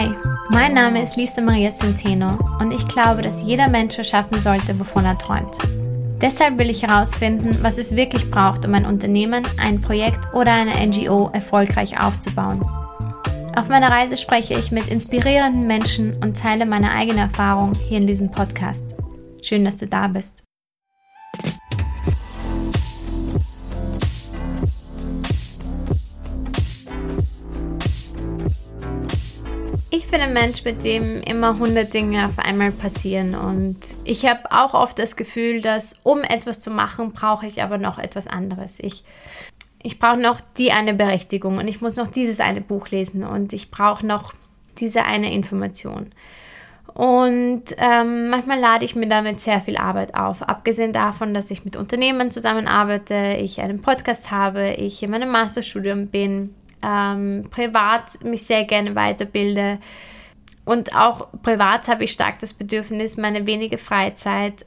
Hi, mein Name ist Lisa Maria Centeno und ich glaube, dass jeder Mensch erschaffen sollte, wovon er träumt. Deshalb will ich herausfinden, was es wirklich braucht, um ein Unternehmen, ein Projekt oder eine NGO erfolgreich aufzubauen. Auf meiner Reise spreche ich mit inspirierenden Menschen und teile meine eigene Erfahrung hier in diesem Podcast. Schön, dass du da bist. Ich bin ein Mensch, mit dem immer 100 Dinge auf einmal passieren und ich habe auch oft das Gefühl, dass um etwas zu machen, brauche ich aber noch etwas anderes. Ich brauche noch die eine Berechtigung und ich muss noch dieses eine Buch lesen und ich brauche noch diese eine Information. Und manchmal lade ich mir damit sehr viel Arbeit auf. Abgesehen davon, dass ich mit Unternehmen zusammenarbeite, ich einen Podcast habe, ich in meinem Masterstudium bin, privat mich sehr gerne weiterbilde und auch privat habe ich stark das Bedürfnis, meine wenige Freizeit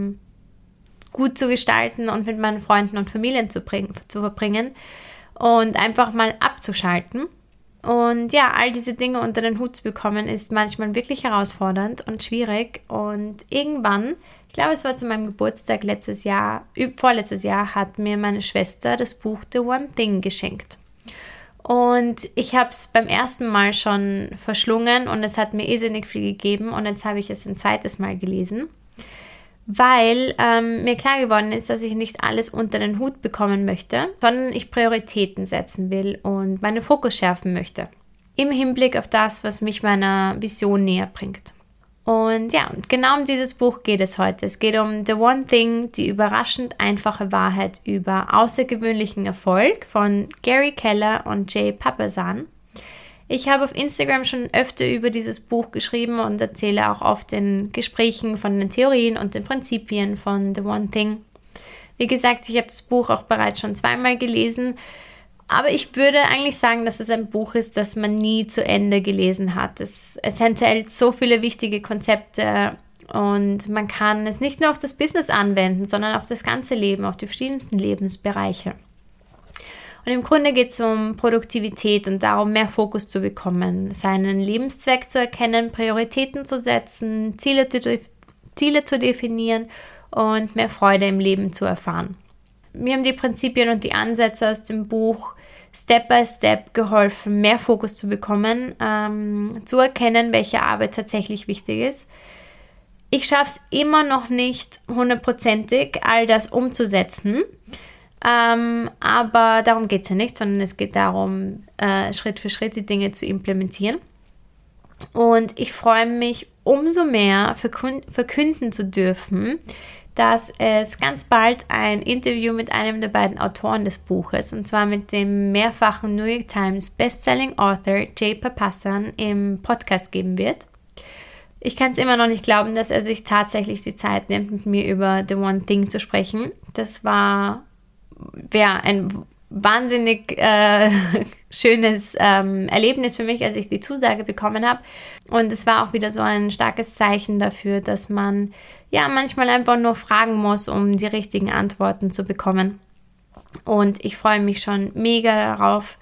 gut zu gestalten und mit meinen Freunden und Familien zu verbringen und einfach mal abzuschalten. Und ja, all diese Dinge unter den Hut zu bekommen, ist manchmal wirklich herausfordernd und schwierig. Und irgendwann, ich glaube, es war zu meinem Geburtstag vorletztes Jahr, hat mir meine Schwester das Buch The One Thing geschenkt. Und ich habe es beim ersten Mal schon verschlungen und es hat mir irrsinnig viel gegeben und jetzt habe ich es ein zweites Mal gelesen, weil mir klar geworden ist, dass ich nicht alles unter den Hut bekommen möchte, sondern ich Prioritäten setzen will und meinen Fokus schärfen möchte. Im Hinblick auf das, was mich meiner Vision näher bringt. Und ja, und genau um dieses Buch geht es heute. Es geht um The One Thing, die überraschend einfache Wahrheit über außergewöhnlichen Erfolg von Gary Keller und Jay Papasan. Ich habe auf Instagram schon öfter über dieses Buch geschrieben und erzähle auch oft in Gesprächen von den Theorien und den Prinzipien von The One Thing. Wie gesagt, ich habe das Buch auch bereits schon zweimal gelesen, aber ich würde eigentlich sagen, dass es ein Buch ist, das man nie zu Ende gelesen hat. Es enthält so viele wichtige Konzepte und man kann es nicht nur auf das Business anwenden, sondern auf das ganze Leben, auf die verschiedensten Lebensbereiche. Und im Grunde geht es um Produktivität und darum, mehr Fokus zu bekommen, seinen Lebenszweck zu erkennen, Prioritäten zu setzen, Ziele zu definieren und mehr Freude im Leben zu erfahren. Mir haben die Prinzipien und die Ansätze aus dem Buch Step by Step geholfen, mehr Fokus zu bekommen, zu erkennen, welche Arbeit tatsächlich wichtig ist. Ich schaffe es immer noch nicht 100%ig, all das umzusetzen, aber darum geht es ja nicht, sondern es geht darum, Schritt für Schritt die Dinge zu implementieren. Und ich freue mich umso mehr, verkünden zu dürfen, dass es ganz bald ein Interview mit einem der beiden Autoren des Buches, und zwar mit dem mehrfachen New York Times Bestselling Author Jay Papasan im Podcast geben wird. Ich kann es immer noch nicht glauben, dass er sich tatsächlich die Zeit nimmt, mit mir über The One Thing zu sprechen. Das war ein wahnsinnig schönes Erlebnis für mich, als ich die Zusage bekommen habe. Und es war auch wieder so ein starkes Zeichen dafür, dass man ja manchmal einfach nur fragen muss, um die richtigen Antworten zu bekommen. Und ich freue mich schon mega darauf.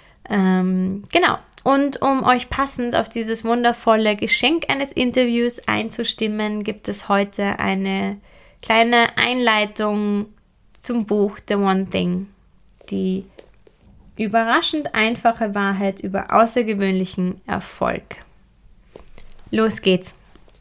Genau. Und um euch passend auf dieses wundervolle Geschenk eines Interviews einzustimmen, gibt es heute eine kleine Einleitung zum Buch The One Thing. Die überraschend einfache Wahrheit über außergewöhnlichen Erfolg. Los geht's.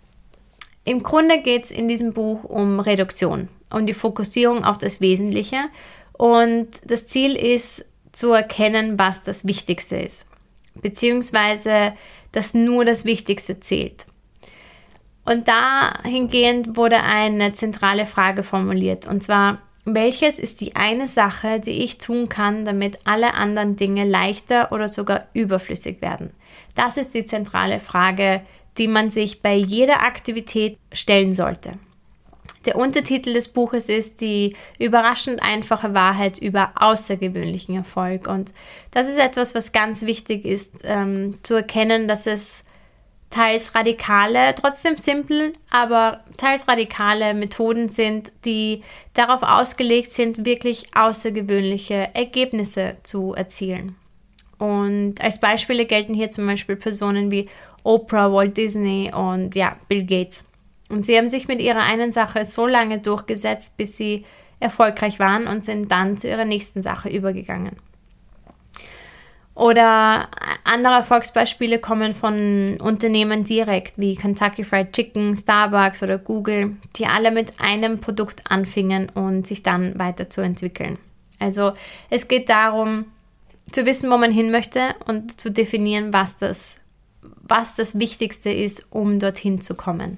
Im Grunde geht es in diesem Buch um Reduktion, um die Fokussierung auf das Wesentliche und das Ziel ist zu erkennen, was das Wichtigste ist, beziehungsweise dass nur das Wichtigste zählt. Und dahingehend wurde eine zentrale Frage formuliert, und zwar: Welches ist die eine Sache, die ich tun kann, damit alle anderen Dinge leichter oder sogar überflüssig werden? Das ist die zentrale Frage, die man sich bei jeder Aktivität stellen sollte. Der Untertitel des Buches ist die überraschend einfache Wahrheit über außergewöhnlichen Erfolg. Und das ist etwas, was ganz wichtig ist, zu erkennen, dass es teils radikale, trotzdem simpel, aber teils radikale Methoden sind, die darauf ausgelegt sind, wirklich außergewöhnliche Ergebnisse zu erzielen. Und als Beispiele gelten hier zum Beispiel Personen wie Oprah, Walt Disney und ja, Bill Gates. Und sie haben sich mit ihrer einen Sache so lange durchgesetzt, bis sie erfolgreich waren und sind dann zu ihrer nächsten Sache übergegangen. Oder andere Erfolgsbeispiele kommen von Unternehmen direkt, wie Kentucky Fried Chicken, Starbucks oder Google, die alle mit einem Produkt anfingen und sich dann weiterzuentwickeln. Also es geht darum, zu wissen, wo man hin möchte und zu definieren, was das Wichtigste ist, um dorthin zu kommen.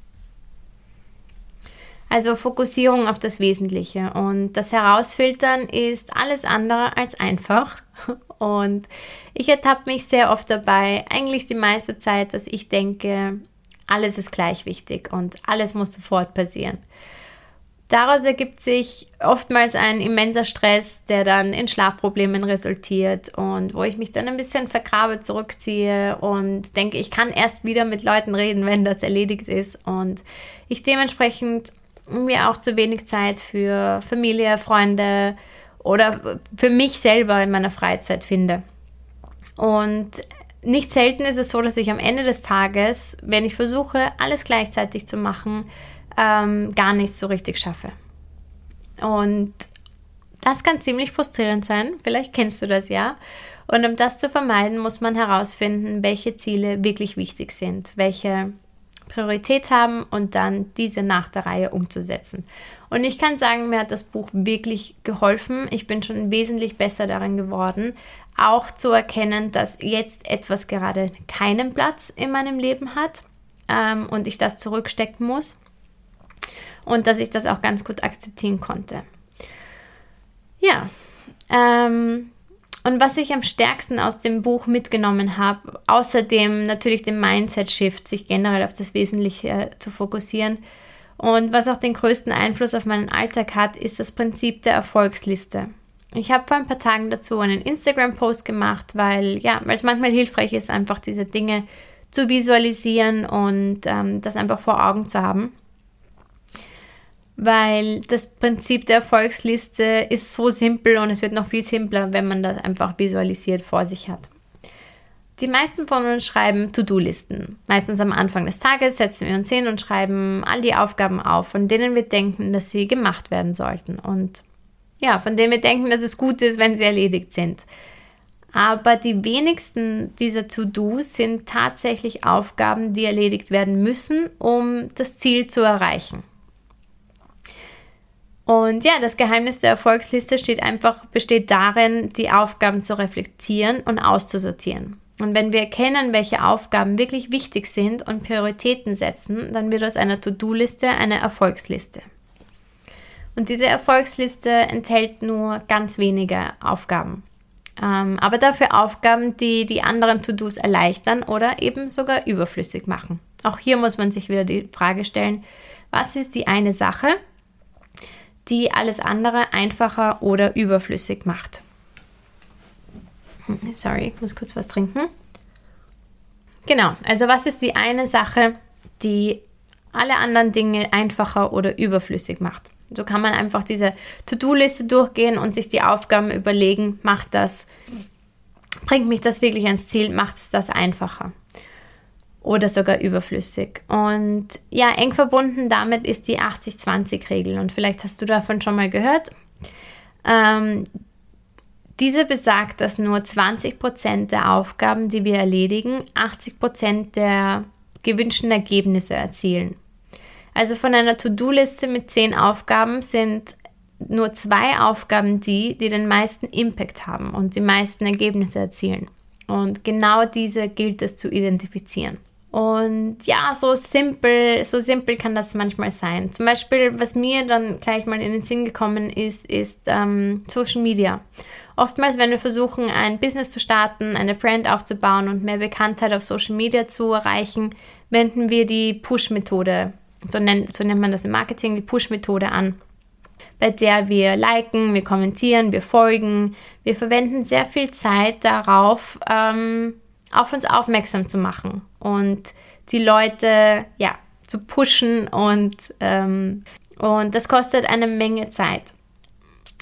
Also Fokussierung auf das Wesentliche und das Herausfiltern ist alles andere als einfach. Und ich ertappe mich sehr oft dabei, eigentlich die meiste Zeit, dass ich denke, alles ist gleich wichtig und alles muss sofort passieren. Daraus ergibt sich oftmals ein immenser Stress, der dann in Schlafproblemen resultiert und wo ich mich dann ein bisschen vergrabe, zurückziehe und denke, ich kann erst wieder mit Leuten reden, wenn das erledigt ist und ich dementsprechend mir auch zu wenig Zeit für Familie, Freunde oder für mich selber in meiner Freizeit finde. Und nicht selten ist es so, dass ich am Ende des Tages, wenn ich versuche, alles gleichzeitig zu machen, gar nichts so richtig schaffe. Und das kann ziemlich frustrierend sein. Vielleicht kennst du das ja. Und um das zu vermeiden, muss man herausfinden, welche Ziele wirklich wichtig sind, welche Priorität haben und dann diese nach der Reihe umzusetzen. Und ich kann sagen, mir hat das Buch wirklich geholfen. Ich bin schon wesentlich besser darin geworden, auch zu erkennen, dass jetzt etwas gerade keinen Platz in meinem Leben hat und ich das zurückstecken muss und dass ich das auch ganz gut akzeptieren konnte. Ja, und was ich am stärksten aus dem Buch mitgenommen habe, außerdem natürlich den Mindset-Shift, sich generell auf das Wesentliche zu fokussieren und was auch den größten Einfluss auf meinen Alltag hat, ist das Prinzip der Erfolgsliste. Ich habe vor ein paar Tagen dazu einen Instagram-Post gemacht, weil es manchmal hilfreich ist, einfach diese Dinge zu visualisieren und das einfach vor Augen zu haben. Weil das Prinzip der Erfolgsliste ist so simpel und es wird noch viel simpler, wenn man das einfach visualisiert vor sich hat. Die meisten von uns schreiben To-Do-Listen. Meistens am Anfang des Tages setzen wir uns hin und schreiben all die Aufgaben auf, von denen wir denken, dass sie gemacht werden sollten. Und von denen wir denken, dass es gut ist, wenn sie erledigt sind. Aber die wenigsten dieser To-Dos sind tatsächlich Aufgaben, die erledigt werden müssen, um das Ziel zu erreichen. Und das Geheimnis der Erfolgsliste besteht darin, die Aufgaben zu reflektieren und auszusortieren. Und wenn wir erkennen, welche Aufgaben wirklich wichtig sind und Prioritäten setzen, dann wird aus einer To-Do-Liste eine Erfolgsliste. Und diese Erfolgsliste enthält nur ganz wenige Aufgaben. Aber dafür Aufgaben, die die anderen To-Dos erleichtern oder eben sogar überflüssig machen. Auch hier muss man sich wieder die Frage stellen, was ist die eine Sache, die alles andere einfacher oder überflüssig macht. Sorry, ich muss kurz was trinken. Genau, also was ist die eine Sache, die alle anderen Dinge einfacher oder überflüssig macht? So kann man einfach diese To-Do-Liste durchgehen und sich die Aufgaben überlegen, bringt mich das wirklich ans Ziel, macht es das einfacher? Oder sogar überflüssig. Und eng verbunden damit ist die 80-20-Regel. Und vielleicht hast du davon schon mal gehört. Diese besagt, dass nur 20% der Aufgaben, die wir erledigen, 80% der gewünschten Ergebnisse erzielen. Also von einer To-Do-Liste mit 10 Aufgaben sind nur 2 Aufgaben die den meisten Impact haben und die meisten Ergebnisse erzielen. Und genau diese gilt es zu identifizieren. Und so simpel kann das manchmal sein. Zum Beispiel, was mir dann gleich mal in den Sinn gekommen ist Social Media. Oftmals, wenn wir versuchen, ein Business zu starten, eine Brand aufzubauen und mehr Bekanntheit auf Social Media zu erreichen, wenden wir die Push-Methode, so nennt man das im Marketing, die Push-Methode an, bei der wir liken, wir kommentieren, wir folgen. Wir verwenden sehr viel Zeit darauf, auf uns aufmerksam zu machen und die Leute zu pushen und das kostet eine Menge Zeit.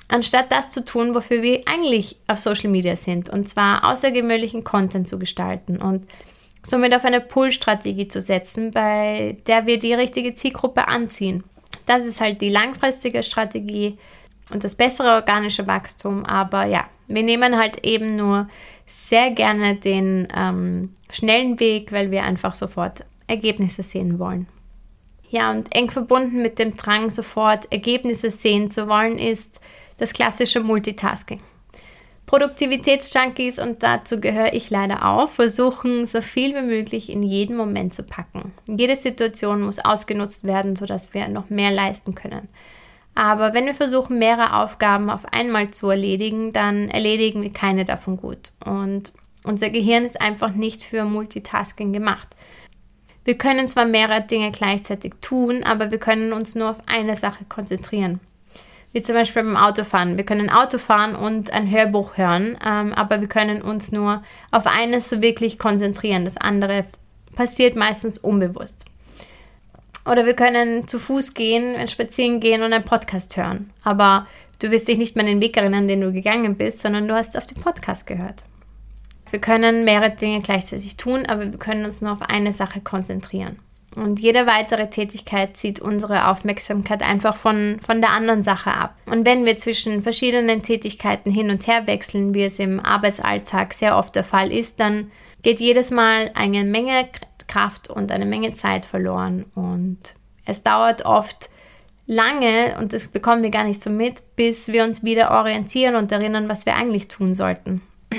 anstatt das zu tun, wofür wir eigentlich auf Social Media sind, und zwar außergewöhnlichen Content zu gestalten und somit auf eine Pull-Strategie zu setzen, bei der wir die richtige Zielgruppe anziehen. Das ist halt die langfristige Strategie und das bessere organische Wachstum, aber ja, wir nehmen halt eben nur sehr gerne den schnellen Weg, weil wir einfach sofort Ergebnisse sehen wollen. Ja, und eng verbunden mit dem Drang, sofort Ergebnisse sehen zu wollen, ist das klassische Multitasking. Produktivitätsjunkies, und dazu gehöre ich leider auch, versuchen so viel wie möglich in jeden Moment zu packen. Jede Situation muss ausgenutzt werden, sodass wir noch mehr leisten können. Aber wenn wir versuchen, mehrere Aufgaben auf einmal zu erledigen, dann erledigen wir keine davon gut. Und unser Gehirn ist einfach nicht für Multitasking gemacht. Wir können zwar mehrere Dinge gleichzeitig tun, aber wir können uns nur auf eine Sache konzentrieren. Wie zum Beispiel beim Autofahren. Wir können Auto fahren und ein Hörbuch hören, aber wir können uns nur auf eines so wirklich konzentrieren. Das andere passiert meistens unbewusst. Oder wir können zu Fuß gehen, spazieren gehen und einen Podcast hören. Aber du wirst dich nicht mehr an den Weg erinnern, den du gegangen bist, sondern du hast auf den Podcast gehört. Wir können mehrere Dinge gleichzeitig tun, aber wir können uns nur auf eine Sache konzentrieren. Und jede weitere Tätigkeit zieht unsere Aufmerksamkeit einfach von der anderen Sache ab. Und wenn wir zwischen verschiedenen Tätigkeiten hin und her wechseln, wie es im Arbeitsalltag sehr oft der Fall ist, dann geht jedes Mal eine Menge Kraft und eine Menge Zeit verloren. Und es dauert oft lange, und das bekommen wir gar nicht so mit, bis wir uns wieder orientieren und erinnern, was wir eigentlich tun sollten.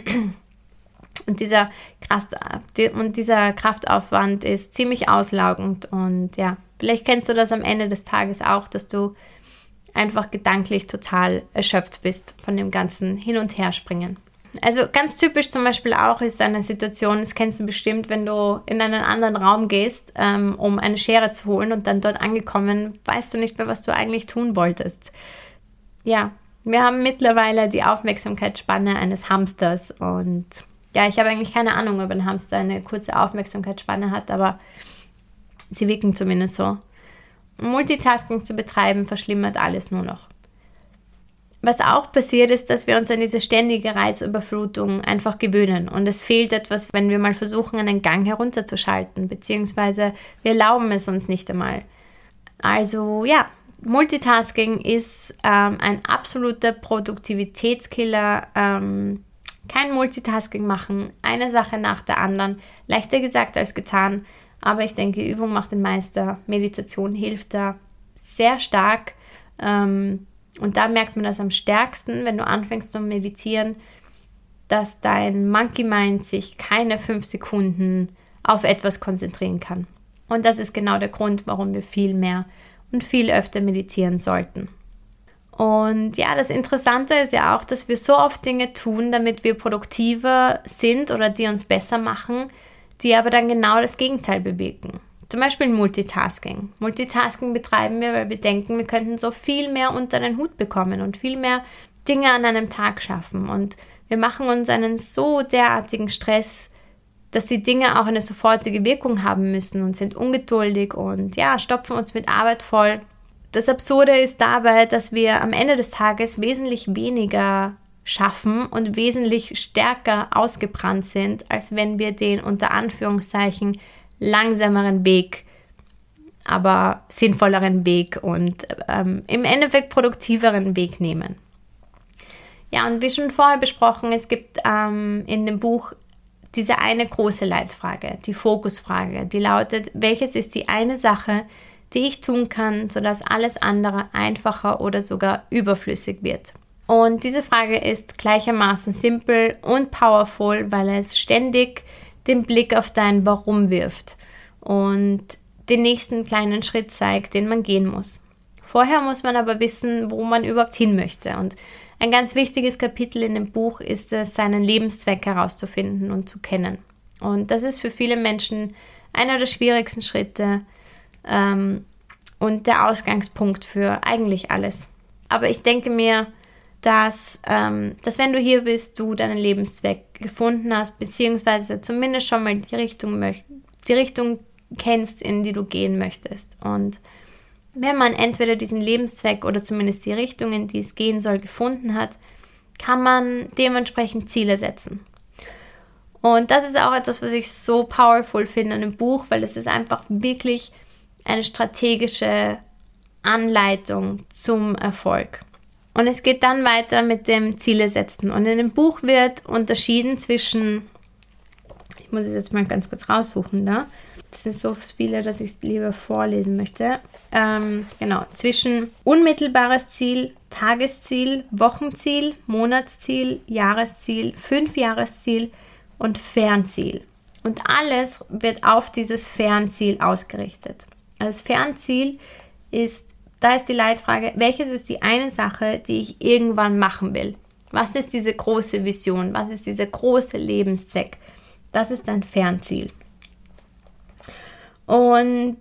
Und dieser Kraftaufwand ist ziemlich auslaugend. Und ja, vielleicht kennst du das am Ende des Tages auch, dass du einfach gedanklich total erschöpft bist von dem ganzen Hin- und Herspringen. Also ganz typisch zum Beispiel auch ist eine Situation, das kennst du bestimmt, wenn du in einen anderen Raum gehst, um eine Schere zu holen, und dann dort angekommen, weißt du nicht mehr, was du eigentlich tun wolltest. Ja, wir haben mittlerweile die Aufmerksamkeitsspanne eines Hamsters, und ja, ich habe eigentlich keine Ahnung, ob ein Hamster eine kurze Aufmerksamkeitsspanne hat, aber sie wirken zumindest so. Multitasking zu betreiben verschlimmert alles nur noch. Was auch passiert ist, dass wir uns an diese ständige Reizüberflutung einfach gewöhnen, und es fehlt etwas, wenn wir mal versuchen, einen Gang herunterzuschalten, beziehungsweise wir erlauben es uns nicht einmal. Also ja, Multitasking ist ein absoluter Produktivitätskiller. Kein Multitasking machen, eine Sache nach der anderen, leichter gesagt als getan, aber ich denke, Übung macht den Meister, Meditation hilft da sehr stark, und da merkt man das am stärksten, wenn du anfängst zu meditieren, dass dein Monkey Mind sich keine 5 Sekunden auf etwas konzentrieren kann. Und das ist genau der Grund, warum wir viel mehr und viel öfter meditieren sollten. Und ja, das Interessante ist ja auch, dass wir so oft Dinge tun, damit wir produktiver sind oder die uns besser machen, die aber dann genau das Gegenteil bewirken. Zum Beispiel Multitasking. Multitasking betreiben wir, weil wir denken, wir könnten so viel mehr unter den Hut bekommen und viel mehr Dinge an einem Tag schaffen. Und wir machen uns einen so derartigen Stress, dass die Dinge auch eine sofortige Wirkung haben müssen und sind ungeduldig und ja, stopfen uns mit Arbeit voll. Das Absurde ist dabei, dass wir am Ende des Tages wesentlich weniger schaffen und wesentlich stärker ausgebrannt sind, als wenn wir den unter Anführungszeichen langsameren Weg, aber sinnvolleren Weg und im Endeffekt produktiveren Weg nehmen. Ja, und wie schon vorher besprochen, es gibt in dem Buch diese eine große Leitfrage, die Fokusfrage, die lautet: Welches ist die eine Sache, die ich tun kann, sodass alles andere einfacher oder sogar überflüssig wird? Und diese Frage ist gleichermaßen simpel und powerful, weil es ständig den Blick auf dein Warum wirft und den nächsten kleinen Schritt zeigt, den man gehen muss. Vorher muss man aber wissen, wo man überhaupt hin möchte. Und ein ganz wichtiges Kapitel in dem Buch ist es, seinen Lebenszweck herauszufinden und zu kennen. Und das ist für viele Menschen einer der schwierigsten Schritte, und der Ausgangspunkt für eigentlich alles. Aber ich denke mir, dass wenn du hier bist, du deinen Lebenszweck gefunden hast, beziehungsweise zumindest schon mal die Richtung kennst, in die du gehen möchtest. Und wenn man entweder diesen Lebenszweck oder zumindest die Richtung, in die es gehen soll, gefunden hat, kann man dementsprechend Ziele setzen. Und das ist auch etwas, was ich so powerful finde an dem Buch, weil es ist einfach wirklich eine strategische Anleitung zum Erfolg. Und es geht dann weiter mit dem Ziele setzen. Und in dem Buch wird unterschieden zwischen, ich muss es jetzt mal ganz kurz raussuchen, da. Das sind so viele, dass ich es lieber vorlesen möchte. Zwischen unmittelbares Ziel, Tagesziel, Wochenziel, Monatsziel, Jahresziel, 5-Jahresziel und Fernziel. Und alles wird auf dieses Fernziel ausgerichtet. Das Fernziel da ist die Leitfrage, welches ist die eine Sache, die ich irgendwann machen will? Was ist diese große Vision? Was ist dieser große Lebenszweck? Das ist ein Fernziel. Und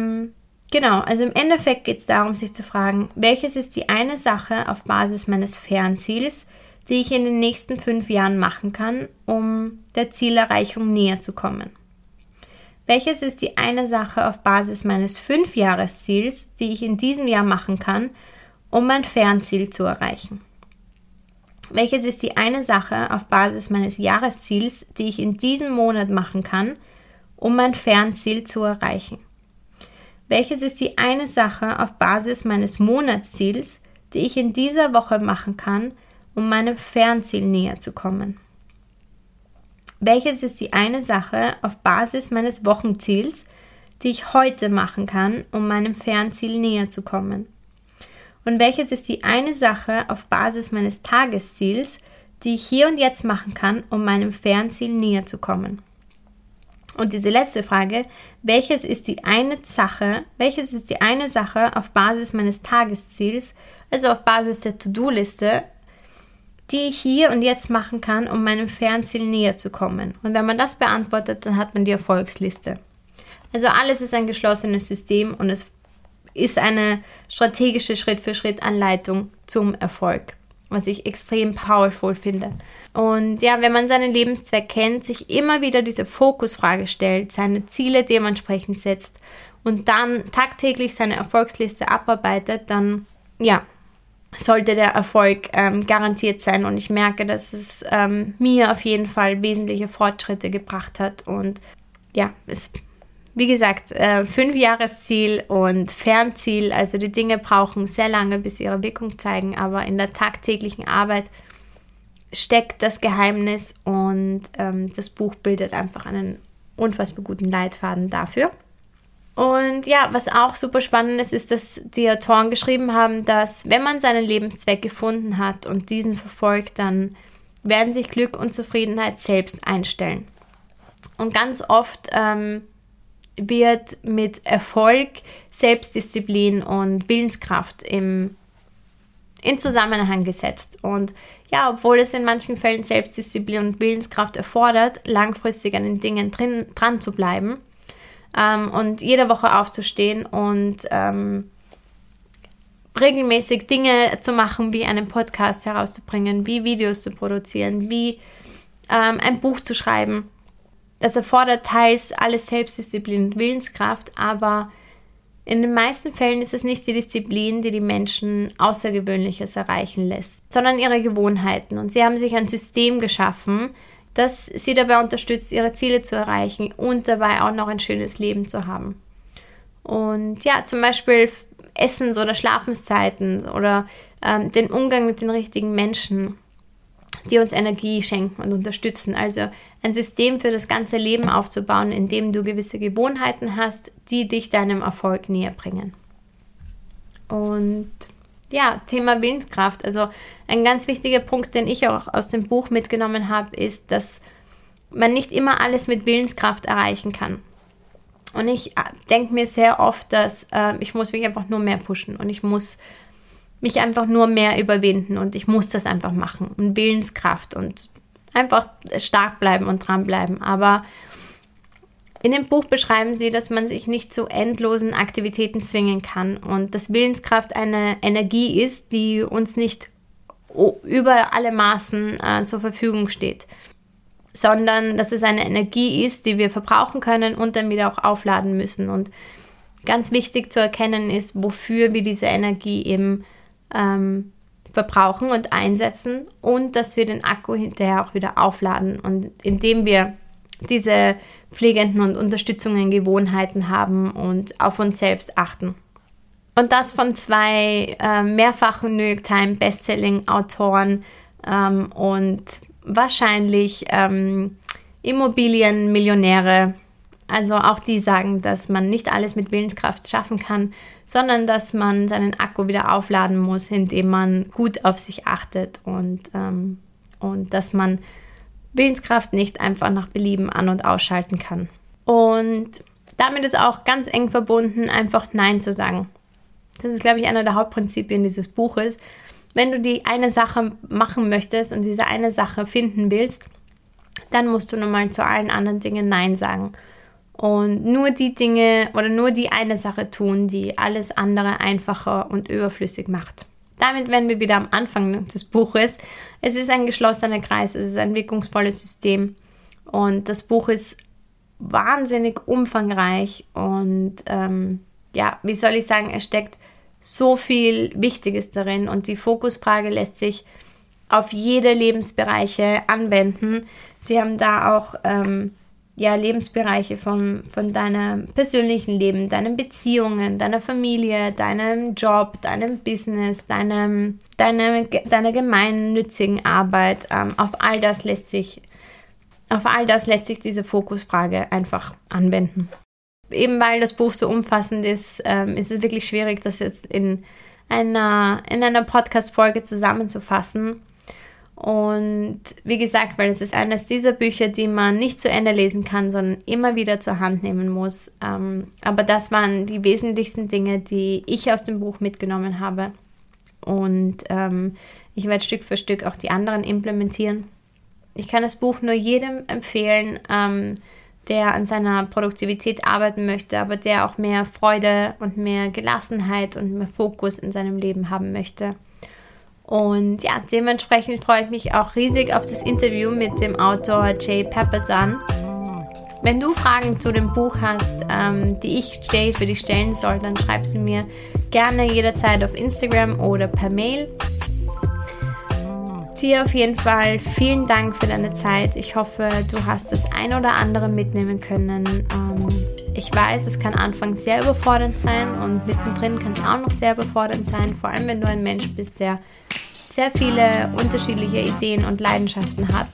also im Endeffekt geht es darum, sich zu fragen, welches ist die eine Sache auf Basis meines Fernziels, die ich in den nächsten 5 Jahren machen kann, um der Zielerreichung näher zu kommen. Welches ist die eine Sache auf Basis meines 5-Jahresziels, die ich in diesem Jahr machen kann, um mein Fernziel zu erreichen? Welches ist die eine Sache auf Basis meines Jahresziels, die ich in diesem Monat machen kann, um mein Fernziel zu erreichen? Welches ist die eine Sache auf Basis meines Monatsziels, die ich in dieser Woche machen kann, um meinem Fernziel näher zu kommen? Welches ist die eine Sache auf Basis meines Wochenziels, die ich heute machen kann, um meinem Fernziel näher zu kommen? Und welches ist die eine Sache auf Basis meines Tagesziels, die ich hier und jetzt machen kann, um meinem Fernziel näher zu kommen? Und diese letzte Frage, welches ist die eine Sache auf Basis meines Tagesziels, also auf Basis der To-Do-Liste, die ich hier und jetzt machen kann, um meinem Fernziel näher zu kommen? Und wenn man das beantwortet, dann hat man die Erfolgsliste. Also alles ist ein geschlossenes System und es ist eine strategische Schritt-für-Schritt-Anleitung zum Erfolg, was ich extrem powerful finde. Und ja, wenn man seinen Lebenszweck kennt, sich immer wieder diese Fokusfrage stellt, seine Ziele dementsprechend setzt und dann tagtäglich seine Erfolgsliste abarbeitet, dann sollte der Erfolg garantiert sein. Und ich merke, dass es mir auf jeden Fall wesentliche Fortschritte gebracht hat. Und ja, wie gesagt, 5-Jahresziel und Fernziel, also die Dinge brauchen sehr lange, bis sie ihre Wirkung zeigen, aber in der tagtäglichen Arbeit steckt das Geheimnis und das Buch bildet einfach einen unfassbar guten Leitfaden dafür. Und ja, was auch super spannend ist, dass die Autoren geschrieben haben, dass wenn man seinen Lebenszweck gefunden hat und diesen verfolgt, dann werden sich Glück und Zufriedenheit selbst einstellen. Und ganz oft wird mit Erfolg Selbstdisziplin und Willenskraft in Zusammenhang gesetzt. Und ja, obwohl es in manchen Fällen Selbstdisziplin und Willenskraft erfordert, langfristig an den Dingen dran zu bleiben und jede Woche aufzustehen und regelmäßig Dinge zu machen, wie einen Podcast herauszubringen, wie Videos zu produzieren, wie ein Buch zu schreiben. Das erfordert teils alles Selbstdisziplin und Willenskraft, aber in den meisten Fällen ist es nicht die Disziplin, die die Menschen Außergewöhnliches erreichen lässt, sondern ihre Gewohnheiten. Und sie haben sich ein System geschaffen, das sie dabei unterstützt, ihre Ziele zu erreichen und dabei auch noch ein schönes Leben zu haben. Und ja, zum Beispiel Essens- oder Schlafenszeiten oder den Umgang mit den richtigen Menschen, die uns Energie schenken und unterstützen. Also ein System für das ganze Leben aufzubauen, in dem du gewisse Gewohnheiten hast, die dich deinem Erfolg näher bringen. Und ja, Thema Willenskraft. Also ein ganz wichtiger Punkt, den ich auch aus dem Buch mitgenommen habe, ist, dass man nicht immer alles mit Willenskraft erreichen kann. Und ich denke mir sehr oft, dass ich muss mich einfach nur mehr pushen und ich muss mich einfach nur mehr überwinden und ich muss das einfach machen und Willenskraft und einfach stark bleiben und dranbleiben. Aber in dem Buch beschreiben sie, dass man sich nicht zu endlosen Aktivitäten zwingen kann und dass Willenskraft eine Energie ist, die uns nicht über alle Maßen zur Verfügung steht, sondern dass es eine Energie ist, die wir verbrauchen können und dann wieder auch aufladen müssen. Und ganz wichtig zu erkennen ist, wofür wir diese Energie eben verbrauchen und einsetzen und dass wir den Akku hinterher auch wieder aufladen. Und indem wir diese pflegenden und unterstützenden Gewohnheiten haben und auf uns selbst achten. Und das von 2 mehrfachen New York Times Bestselling-Autoren und wahrscheinlich Immobilienmillionäre. Also auch die sagen, dass man nicht alles mit Willenskraft schaffen kann, sondern dass man seinen Akku wieder aufladen muss, indem man gut auf sich achtet und dass man Willenskraft nicht einfach nach Belieben an- und ausschalten kann. Und damit ist auch ganz eng verbunden, einfach Nein zu sagen. Das ist, glaube ich, einer der Hauptprinzipien dieses Buches. Wenn du die eine Sache machen möchtest und diese eine Sache finden willst, dann musst du nun mal zu allen anderen Dingen Nein sagen. Und nur die Dinge oder nur die eine Sache tun, die alles andere einfacher und überflüssig macht. Damit wären wir wieder am Anfang des Buches. Es ist ein geschlossener Kreis, es ist ein wirkungsvolles System. Und das Buch ist wahnsinnig umfangreich und wie soll ich sagen, es steckt so viel Wichtiges darin und die Fokusfrage lässt sich auf jede Lebensbereiche anwenden. Sie haben da auch Lebensbereiche von deinem persönlichen Leben, deinen Beziehungen, deiner Familie, deinem Job, deinem Business, deiner gemeinnützigen Arbeit. Auf all das lässt sich diese Fokusfrage einfach anwenden. Eben weil das Buch so umfassend ist, ist es wirklich schwierig, das jetzt in einer Podcast-Folge zusammenzufassen. Und wie gesagt, weil es ist eines dieser Bücher, die man nicht zu Ende lesen kann, sondern immer wieder zur Hand nehmen muss. Aber das waren die wesentlichsten Dinge, die ich aus dem Buch mitgenommen habe. Und ich werde Stück für Stück auch die anderen implementieren. Ich kann das Buch nur jedem empfehlen, der an seiner Produktivität arbeiten möchte, aber der auch mehr Freude und mehr Gelassenheit und mehr Fokus in seinem Leben haben möchte. Und ja, dementsprechend freue ich mich auch riesig auf das Interview mit dem Autor Jay Papasan. Wenn du Fragen zu dem Buch hast, die ich Jay für dich stellen soll, dann schreib sie mir gerne jederzeit auf Instagram oder per Mail. Dir auf jeden Fall vielen Dank für deine Zeit. Ich hoffe, du hast das ein oder andere mitnehmen können. Ich weiß, es kann anfangs sehr überfordernd sein und mittendrin kann es auch noch sehr überfordernd sein, vor allem wenn du ein Mensch bist, der sehr viele unterschiedliche Ideen und Leidenschaften hat.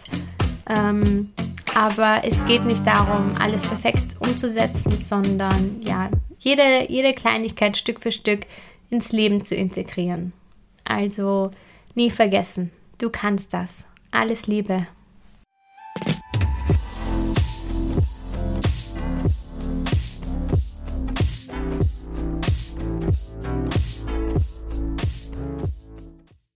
Aber es geht nicht darum, alles perfekt umzusetzen, sondern jede Kleinigkeit Stück für Stück ins Leben zu integrieren. Also nie vergessen, du kannst das. Alles Liebe.